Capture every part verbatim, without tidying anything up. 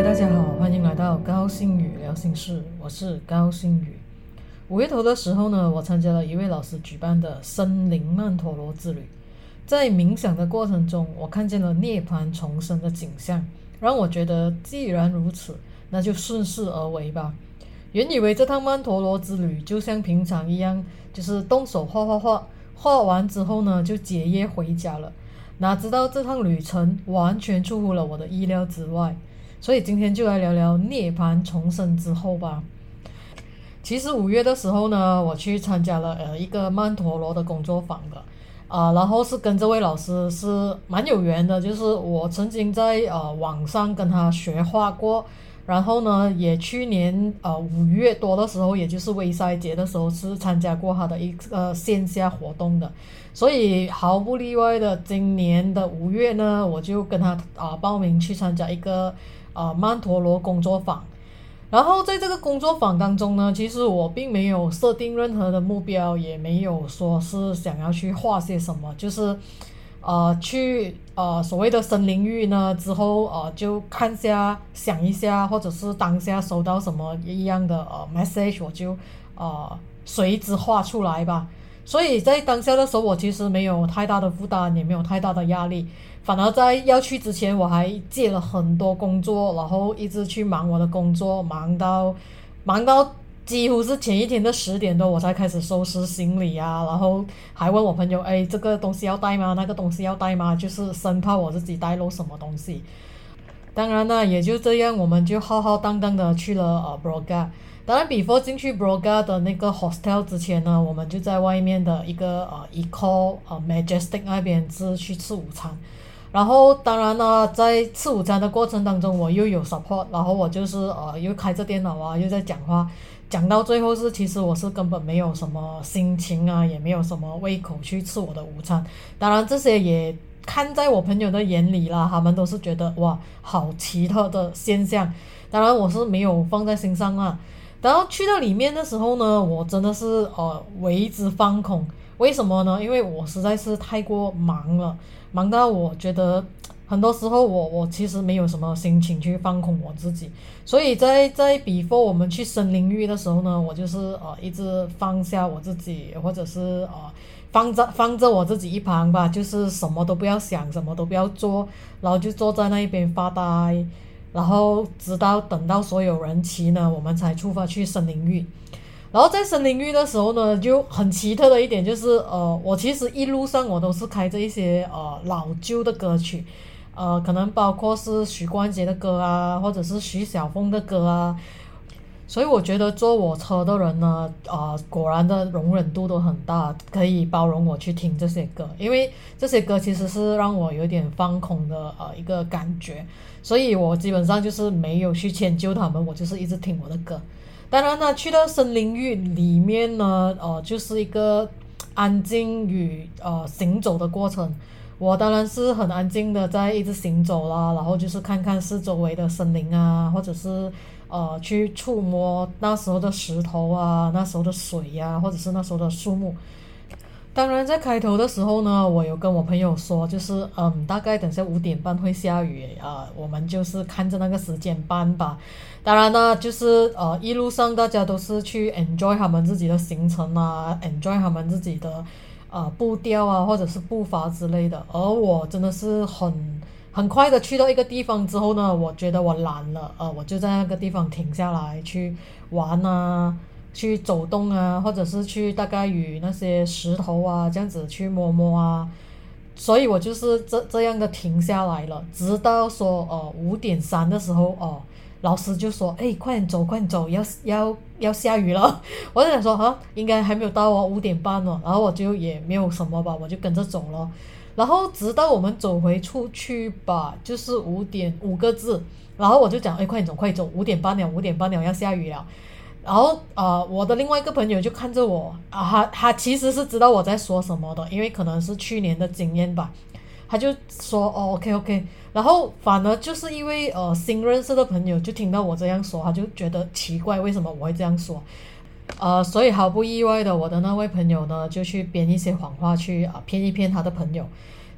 大家好，欢迎来到高星宇聊心事，我是高星宇。五月头的时候呢，我参加了一位老师举办的森林曼陀罗之旅。在冥想的过程中，我看见了涅槃重生的景象，让我觉得既然如此，那就顺势而为吧。原以为这趟曼陀罗之旅就像平常一样，就是动手画画画，画完之后呢就结业回家了。哪知道这趟旅程完全出乎了我的意料之外，所以今天就来聊聊涅槃重生之后吧。其实五月的时候呢，我去参加了呃一个曼陀罗的工作坊的，啊、呃，然后是跟这位老师是蛮有缘的，就是我曾经在呃网上跟他学画过，然后呢也去年呃五月多的时候，也就是微赛节的时候是参加过他的一个线下活动的，所以毫不例外的，今年的五月呢，我就跟他啊、呃、报名去参加一个啊、呃曼陀罗工作坊。然后在这个工作坊当中呢，其实我并没有设定任何的目标，也没有说是想要去画些什么，就是呃去呃所谓的森林浴呢之后呃就看下想一下，或者是当下收到什么一样的呃 message， 我就呃随之画出来吧。所以在当下的时候，我其实没有太大的负担，也没有太大的压力，反而在要去之前，我还接了很多工作，然后一直去忙我的工作，忙到忙到几乎是前一天的十点多，我才开始收拾行李啊，然后还问我朋友，哎，这个东西要带吗？那个东西要带吗？就是生怕我自己带漏什么东西。当然呢，也就这样，我们就浩浩荡荡的去了呃 Broga。当然，before 进去 Broga 的那个 hostel 之前呢，我们就在外面的一个呃 Eco 呃 Majestic 那边是去吃午餐。然后当然呢，在吃午餐的过程当中，我又有 support，然后我就是呃又开着电脑啊，又在讲话，讲到最后是其实我是根本没有什么心情啊，也没有什么胃口去吃我的午餐。当然这些也看在我朋友的眼里啦，他们都是觉得哇，好奇特的现象。当然我是没有放在心上啦。然后去到里面的时候呢，我真的是呃为之惶恐。为什么呢？因为我实在是太过忙了，忙到我觉得很多时候我我其实没有什么心情去放空我自己。所以在在 before 我们去森林浴的时候呢，我就是呃一直放下我自己，或者是呃放着放着我自己一旁吧，就是什么都不要想，什么都不要做，然后就坐在那一边发呆。然后直到等到所有人齐呢，我们才出发去森林浴。然后在森林浴的时候呢，就很奇特的一点就是，呃，我其实一路上我都是开着一些呃老旧的歌曲，呃，可能包括是许冠杰的歌啊，或者是徐小凤的歌啊。所以我觉得坐我车的人呢，呃，果然的容忍度都很大，可以包容我去听这些歌，因为这些歌其实是让我有点放空的呃一个感觉，所以我基本上就是没有去迁就他们，我就是一直听我的歌。当然呢，去到森林浴里面呢，呃，就是一个安静与呃行走的过程。我当然是很安静的在一直行走啦，然后就是看看四周围的森林啊，或者是呃去触摸那时候的石头啊，那时候的水呀、啊，或者是那时候的树木。当然，在开头的时候呢，我有跟我朋友说，就是嗯，大概等下五点半会下雨啊、呃，我们就是看着那个时间办吧。当然呢，就是呃，一路上大家都是去 enjoy 他们自己的行程啊，enjoy 他们自己的呃步调啊，或者是步伐之类的。而我真的是很很快的去到一个地方之后呢，我觉得我懒了，呃，我就在那个地方停下来去玩啊。去走动啊，或者是去大概与那些石头啊这样子去摸摸啊，所以我就是这这样的停下来了，直到说呃五点三的时候哦，老师就说哎快点走快点走，要要要下雨了。我就想说啊应该还没有到哦五点半了，然后我就也没有什么吧，我就跟着走了。然后直到我们走回出去吧，就是五点五个字，然后我就讲哎快点走快点走，五点半了五点半了要下雨了。然后呃，我的另外一个朋友就看着我啊，他他其实是知道我在说什么的，因为可能是去年的经验吧，他就说哦 OK OK，然后反而就是因为呃新认识的朋友就听到我这样说，他就觉得奇怪为什么我会这样说，呃，所以毫不意外的，我的那位朋友呢就去编一些谎话去啊、呃骗一骗他的朋友。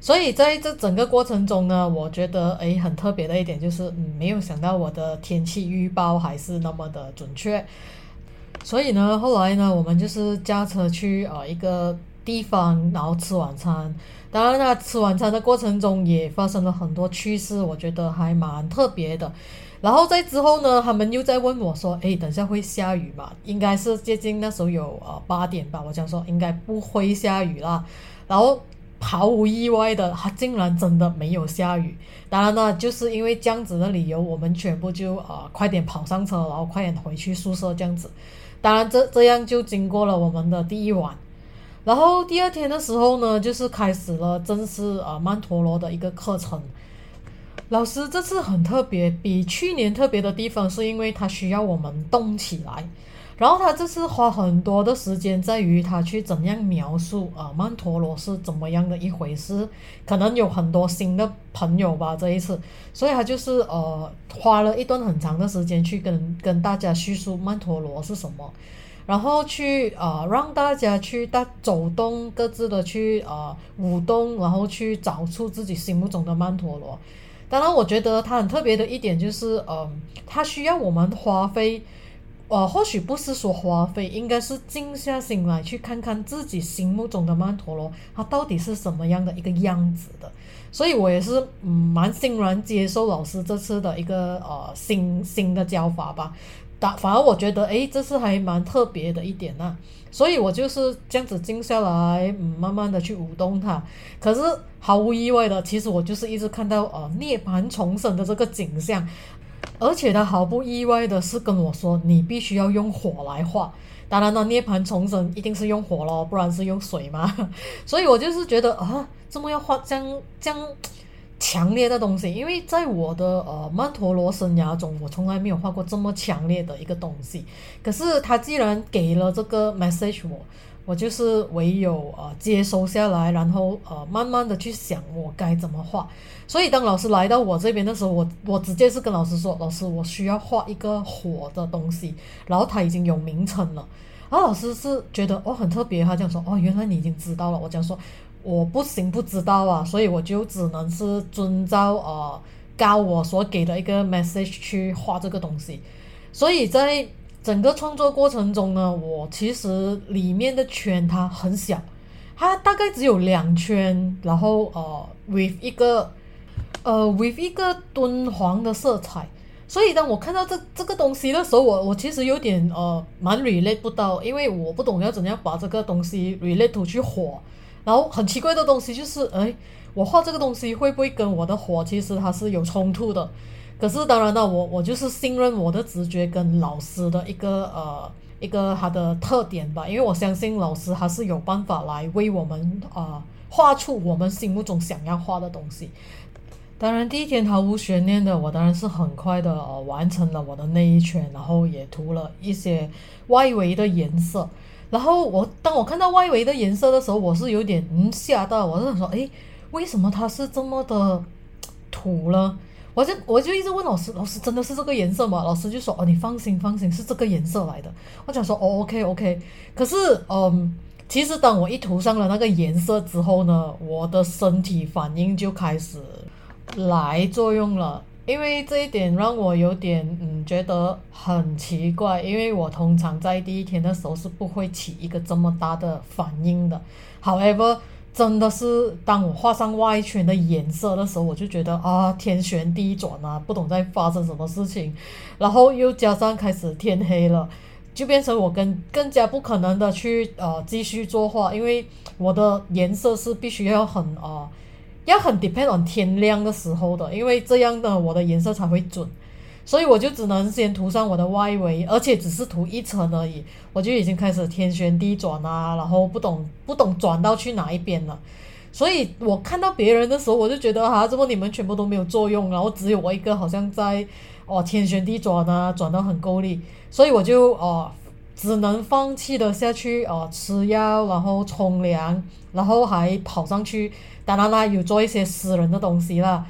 所以在这整个过程中呢，我觉得诶很特别的一点就是，嗯，没有想到我的天气预报还是那么的准确。所以呢，后来呢，我们就是驾车去呃一个地方，然后吃晚餐。当然呢，吃晚餐的过程中也发生了很多趣事，我觉得还蛮特别的。然后在之后呢，他们又在问我说：“诶，等下会下雨吗？”应该是接近那时候有呃八点吧，我讲说应该不会下雨啦。然后毫无意外的，它竟然真的没有下雨。当然呢，就是因为这样子的理由，我们全部就呃快点跑上车，然后快点回去宿舍这样子。当然这这样就经过了我们的第一晚。然后第二天的时候呢，就是开始了正式呃曼陀罗的一个课程。老师这次很特别，比去年特别的地方是因为他需要我们动起来，然后他这次花很多的时间在于他去怎样描述啊、呃、曼陀罗是怎么样的一回事，可能有很多新的朋友吧这一次，所以他就是呃花了一段很长的时间去跟跟大家叙述曼陀罗是什么。然后去呃让大家去大走动各自的去呃舞动，然后去找出自己心目中的曼陀罗。当然我觉得它很特别的一点就是，呃，它需要我们花费，呃，或许不是说花费，应该是静下心来去看看自己心目中的曼陀罗，它到底是什么样的一个样子的。所以我也是嗯蛮欣然接受老师这次的一个呃新新的教法吧。打反而我觉得诶这次还蛮特别的一点啊，所以我就是这样子静下来，嗯，慢慢的去舞动它。可是毫无意外的，其实我就是一直看到呃涅槃重生的这个景象，而且他毫不意外的是跟我说，你必须要用火来画。当然了，涅槃重生一定是用火咯，不然是用水嘛。所以我就是觉得啊，怎么要画这样这样强烈的东西？因为在我的呃曼陀罗生涯中，我从来没有画过这么强烈的一个东西。可是他既然给了这个 message 我，我就是唯有呃接收下来，然后呃慢慢的去想我该怎么画。所以当老师来到我这边的时候，我我直接是跟老师说，老师我需要画一个火的东西，然后他已经有名称了。然后老师是觉得哦很特别，他这样说哦原来你已经知道了。我讲说我不行不知道啊，所以我就只能是遵照呃教我所给的一个 message 去画这个东西。所以在整个创作过程中呢，我其实里面的圈它很小，它大概只有两圈，然后呃 with 一个呃 with 一个敦煌的色彩。所以当我看到这这个东西的时候，我我其实有点呃蛮 relate 不到，因为我不懂要怎样把这个东西 relate to 去火。然后很奇怪的东西就是，哎，我画这个东西会不会跟我的火其实它是有冲突的？可是当然了，我我就是信任我的直觉跟老师的一个呃一个他的特点吧，因为我相信老师他是有办法来为我们啊、呃、画出我们心目中想要画的东西。当然，第一天毫无悬念的，我当然是很快的呃完成了我的那一圈，然后也涂了一些外围的颜色。然后我当我看到外围的颜色的时候，我是有点嗯吓到，我是想说，诶，为什么它是这么的土了？我就我就一直问老师，老师真的是这个颜色吗？老师就说，哦，你放心放心，是这个颜色来的。我想说，哦，OK OK。可是，嗯，其实当我一涂上了那个颜色之后呢，我的身体反应就开始来作用了。因为这一点让我有点嗯觉得很奇怪，因为我通常在第一天的时候是不会起一个这么大的反应的。However，真的是当我画上外圈的颜色的时候，我就觉得啊天旋地转啊，不懂在发生什么事情。然后又加上开始天黑了，就变成我更更加不可能的去呃继续作画，因为我的颜色是必须要很呃。要很 depend on 天亮的时候的，因为这样的我的颜色才会准，所以我就只能先涂上我的外围，而且只是涂一层而已，我就已经开始天旋地转啊，然后不懂不懂转到去哪一边了。所以我看到别人的时候，我就觉得啊，怎么你们全部都没有作用，然后只有我一个好像在哦天旋地转啊，转到很够力，所以我就哦只能放弃的下去哦吃药，然后冲凉，然后还跑上去。当然啦，有做一些私人的东西啦。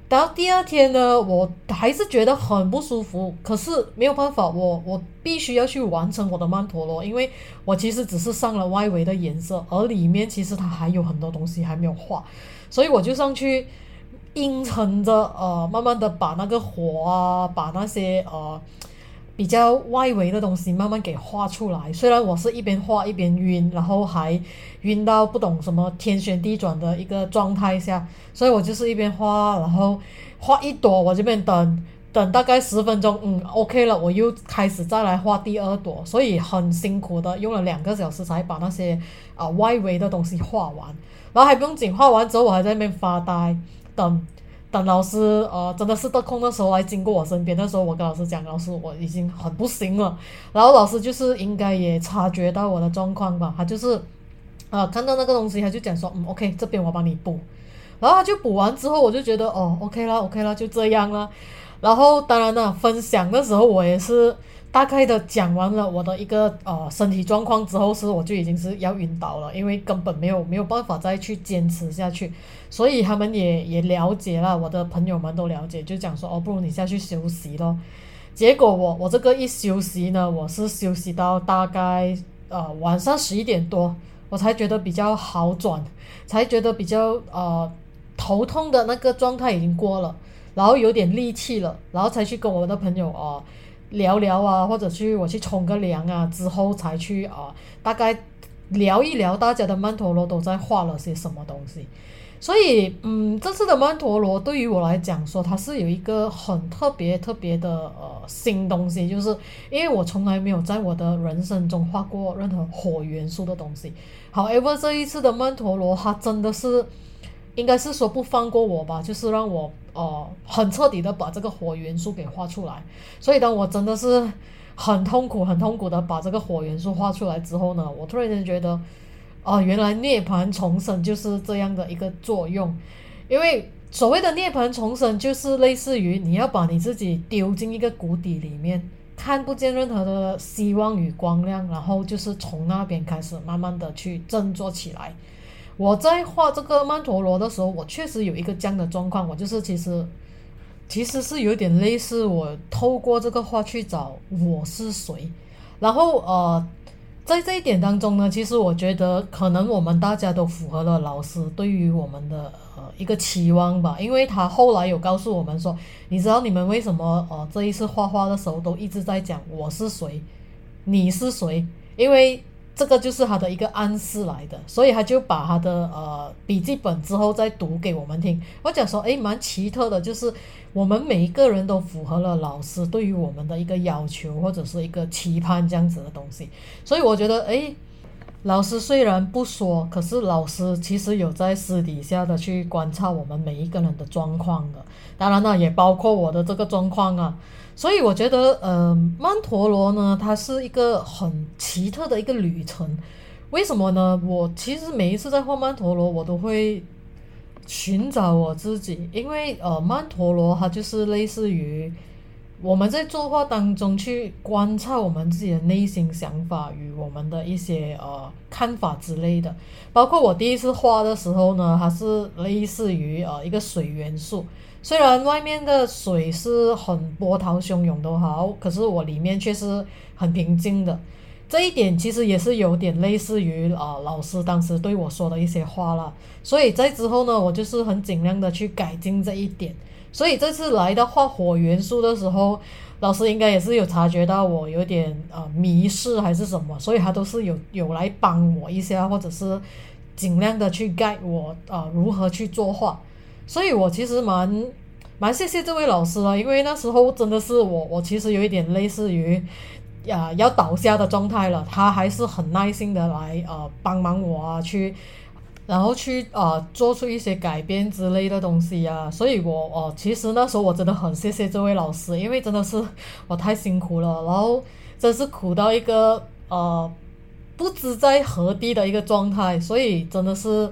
到第二天呢，我还是觉得很不舒服，可是没有办法，我我必须要去完成我的曼陀罗，因为我其实只是上了外围的颜色，而里面其实它还有很多东西还没有画，所以我就上去硬撑着，呃，慢慢的把那个火啊，把那些呃比较外围的东西慢慢给画出来。虽然我是一边画一边晕，然后还晕到不懂什么天旋地转的一个状态下，所以我就是一边画，然后画一朵，我这边等等大概十分钟，嗯，OK 了，我又开始再来画第二朵，所以很辛苦的用了两个小时才把那些啊、呃、外围的东西画完，然后还不用紧，画完之后我还在那边发呆，等等老师呃真的是得空的时候来经过我身边，那时候我跟老师讲，老师我已经很不行了，然后老师就是应该也察觉到我的状况吧，他就是呃看到那个东西他就讲说，嗯 OK 这边我帮你补，然后他就补完之后我就觉得哦 OK 啦 OK 啦就这样啦，然后当然了分享的时候我也是大概的讲完了我的一个呃身体状况之后，是我就已经是要晕倒了，因为根本没有没有办法再去坚持下去，所以他们也也了解了，我的朋友们都了解，就讲说哦，不如你下去休息咯。结果我我这个一休息呢，我是休息到大概呃晚上十一点多，我才觉得比较好转，才觉得比较呃头痛的那个状态已经过了，然后有点力气了，然后才去跟我的朋友哦、呃聊聊啊，或者去我去冲个凉啊，之后才去啊、呃大概聊一聊大家的曼陀罗都在画了些什么东西。所以，嗯，这次的曼陀罗对于我来讲说，它是有一个很特别特别的呃新东西，就是因为我从来没有在我的人生中画过任何火元素的东西。However，这一次的曼陀罗，它真的是应该是说不放过我吧，就是让我呃很彻底的把这个火元素给画出来。所以，当我真的是很痛苦、很痛苦的把这个火元素画出来之后呢，我突然间觉得。哦，原来涅槃重生就是这样的一个作用，因为所谓的涅槃重生就是类似于你要把你自己丢进一个谷底里面，看不见任何的希望与光亮，然后就是从那边开始慢慢的去振作起来。我在画这个曼陀罗的时候，我确实有一个这样的状况，我就是其实其实是有点类似我透过这个画去找我是谁，然后呃在这一点当中呢，其实我觉得可能我们大家都符合了老师对于我们的呃一个期望吧，因为他后来有告诉我们说，你知道你们为什么呃这一次画画的时候都一直在讲我是谁，你是谁？因为这个就是他的一个暗示来的，所以他就把他的呃笔记本之后再读给我们听。我讲说，诶，蛮奇特的，就是我们每一个人都符合了老师对于我们的一个要求或者是一个期盼这样子的东西，所以我觉得，诶，老师虽然不说，可是老师其实有在私底下的去观察我们每一个人的状况的，当然了，也包括我的这个状况啊。所以我觉得，呃，曼陀罗呢，它是一个很奇特的一个旅程。为什么呢？我其实每一次在画曼陀罗，我都会寻找我自己，因为呃，曼陀罗它就是类似于我们在作画当中去观察我们自己的内心想法与我们的一些呃看法之类的。包括我第一次画的时候呢，它是类似于呃一个水元素。虽然外面的水是很波涛汹涌都好，可是我里面却是很平静的。这一点其实也是有点类似于啊、呃、老师当时对我说的一些话啦。所以在之后呢，我就是很尽量的去改进这一点。所以这次来到画火元素的时候，老师应该也是有察觉到我有点呃迷失还是什么，所以他都是有有来帮我一下，或者是尽量的去 guide 我啊、呃、如何去作画。所以我其实蛮蛮谢谢这位老师了，因为那时候真的是我我其实有一点类似于呀、呃、要倒下的状态了，他还是很耐心的来呃帮忙我啊，去然后去呃做出一些改变之类的东西啊，所以我呃其实那时候我真的很谢谢这位老师，因为真的是我太辛苦了，然后真是苦到一个呃不知在何地的一个状态，所以真的是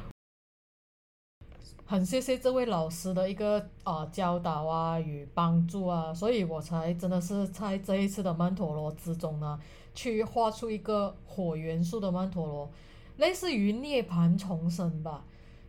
很谢谢这位老师的一个呃教导啊与帮助啊，所以我才真的是在这一次的曼陀罗之中呢，去画出一个火元素的曼陀罗，类似于涅槃重生吧。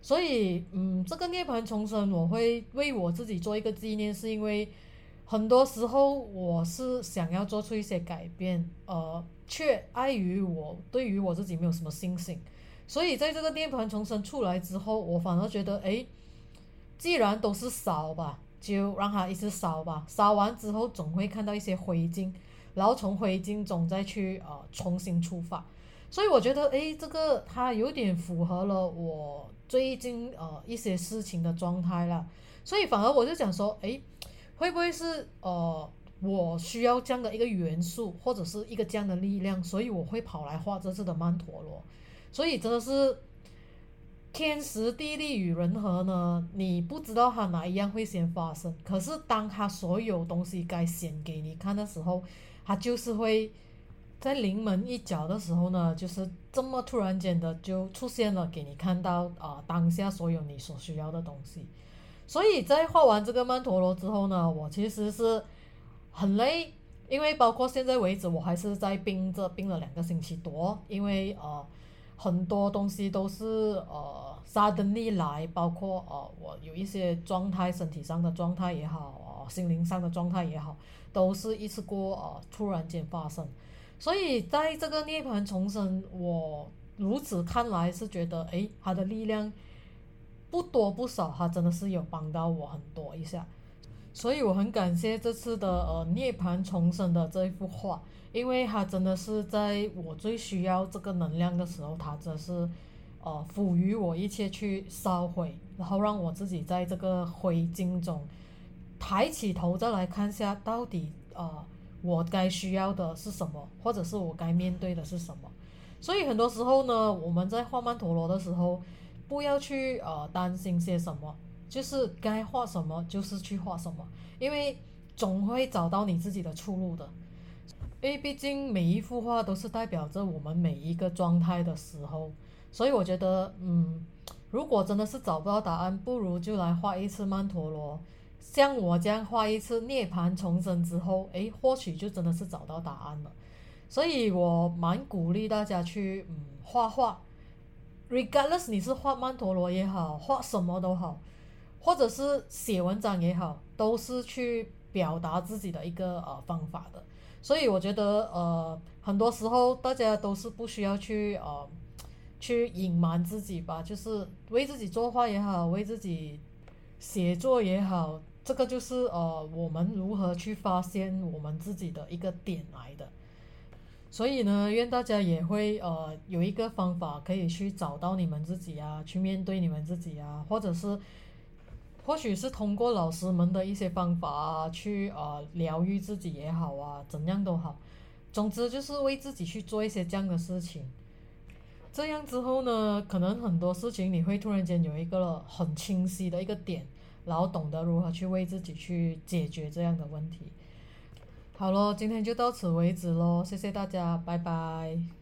所以，嗯，这个涅槃重生，我会为我自己做一个纪念，是因为很多时候我是想要做出一些改变，呃，却碍于我对于我自己没有什么信心，所以在这个涅槃重生出来之后，我反而觉得，诶，既然都是烧吧，就让它一直烧吧，烧完之后总会看到一些灰烬，然后从灰烬中再去呃重新出发。所以我觉得，诶，这个它有点符合了我最近呃一些事情的状态啦。所以反而我就想说，诶，会不会是呃我需要这样的一个元素，或者是一个这样的力量，所以我会跑来画这次的曼陀罗。所以真的是天时地利与人和呢，你不知道它哪一样会先发生，可是当它所有东西该显给你看的时候，它就是会在临门一脚的时候呢，就是这么突然间的就出现了，给你看到啊、呃当下所有你所需要的东西。所以在画完这个曼陀罗之后呢，我其实是很累，因为包括现在为止，我还是在病着，病了两个星期多，因为呃很多东西都是呃 suddenly 来，包括呃我有一些状态，身体上的状态也好，呃心灵上的状态也好，都是一次过呃突然间发生。所以在这个涅槃重生，我如此看来是觉得，诶，他的力量不多不少，他真的是有帮到我很多一下。所以我很感谢这次的呃涅槃重生的这一幅画，因为它真的是在我最需要这个能量的时候，它真的是呃赋予我一切去烧毁，然后让我自己在这个灰烬中抬起头再来看下到底呃我该需要的是什么，或者是我该面对的是什么。所以很多时候呢，我们在画曼陀罗的时候，不要去呃担心些什么，就是该画什么就是去画什么，因为总会找到你自己的出路的。因为毕竟每一幅画都是代表着我们每一个状态的时候，所以我觉得，嗯，如果真的是找不到答案，不如就来画一次曼陀罗，像我这样画一次涅槃重生之后，诶，或许就真的是找到答案了。所以我蛮鼓励大家去嗯画画，regardless 你是画曼陀罗也好，画什么都好，或者是写文章也好，都是去表达自己的一个呃方法的。所以我觉得呃很多时候大家都是不需要去呃去隐瞒自己吧，就是为自己作画也好，为自己写作也好，这个就是呃我们如何去发现我们自己的一个点来的。所以呢，愿大家也会呃有一个方法可以去找到你们自己啊，去面对你们自己啊，或者是或许是通过老师们的一些方法啊，去呃疗愈自己也好啊，怎样都好，总之就是为自己去做一些这样的事情。这样之后呢，可能很多事情你会突然间有一个很清晰的一个点，然后懂得如何去为自己去解决这样的问题。好咯，今天就到此为止咯，谢谢大家，拜拜。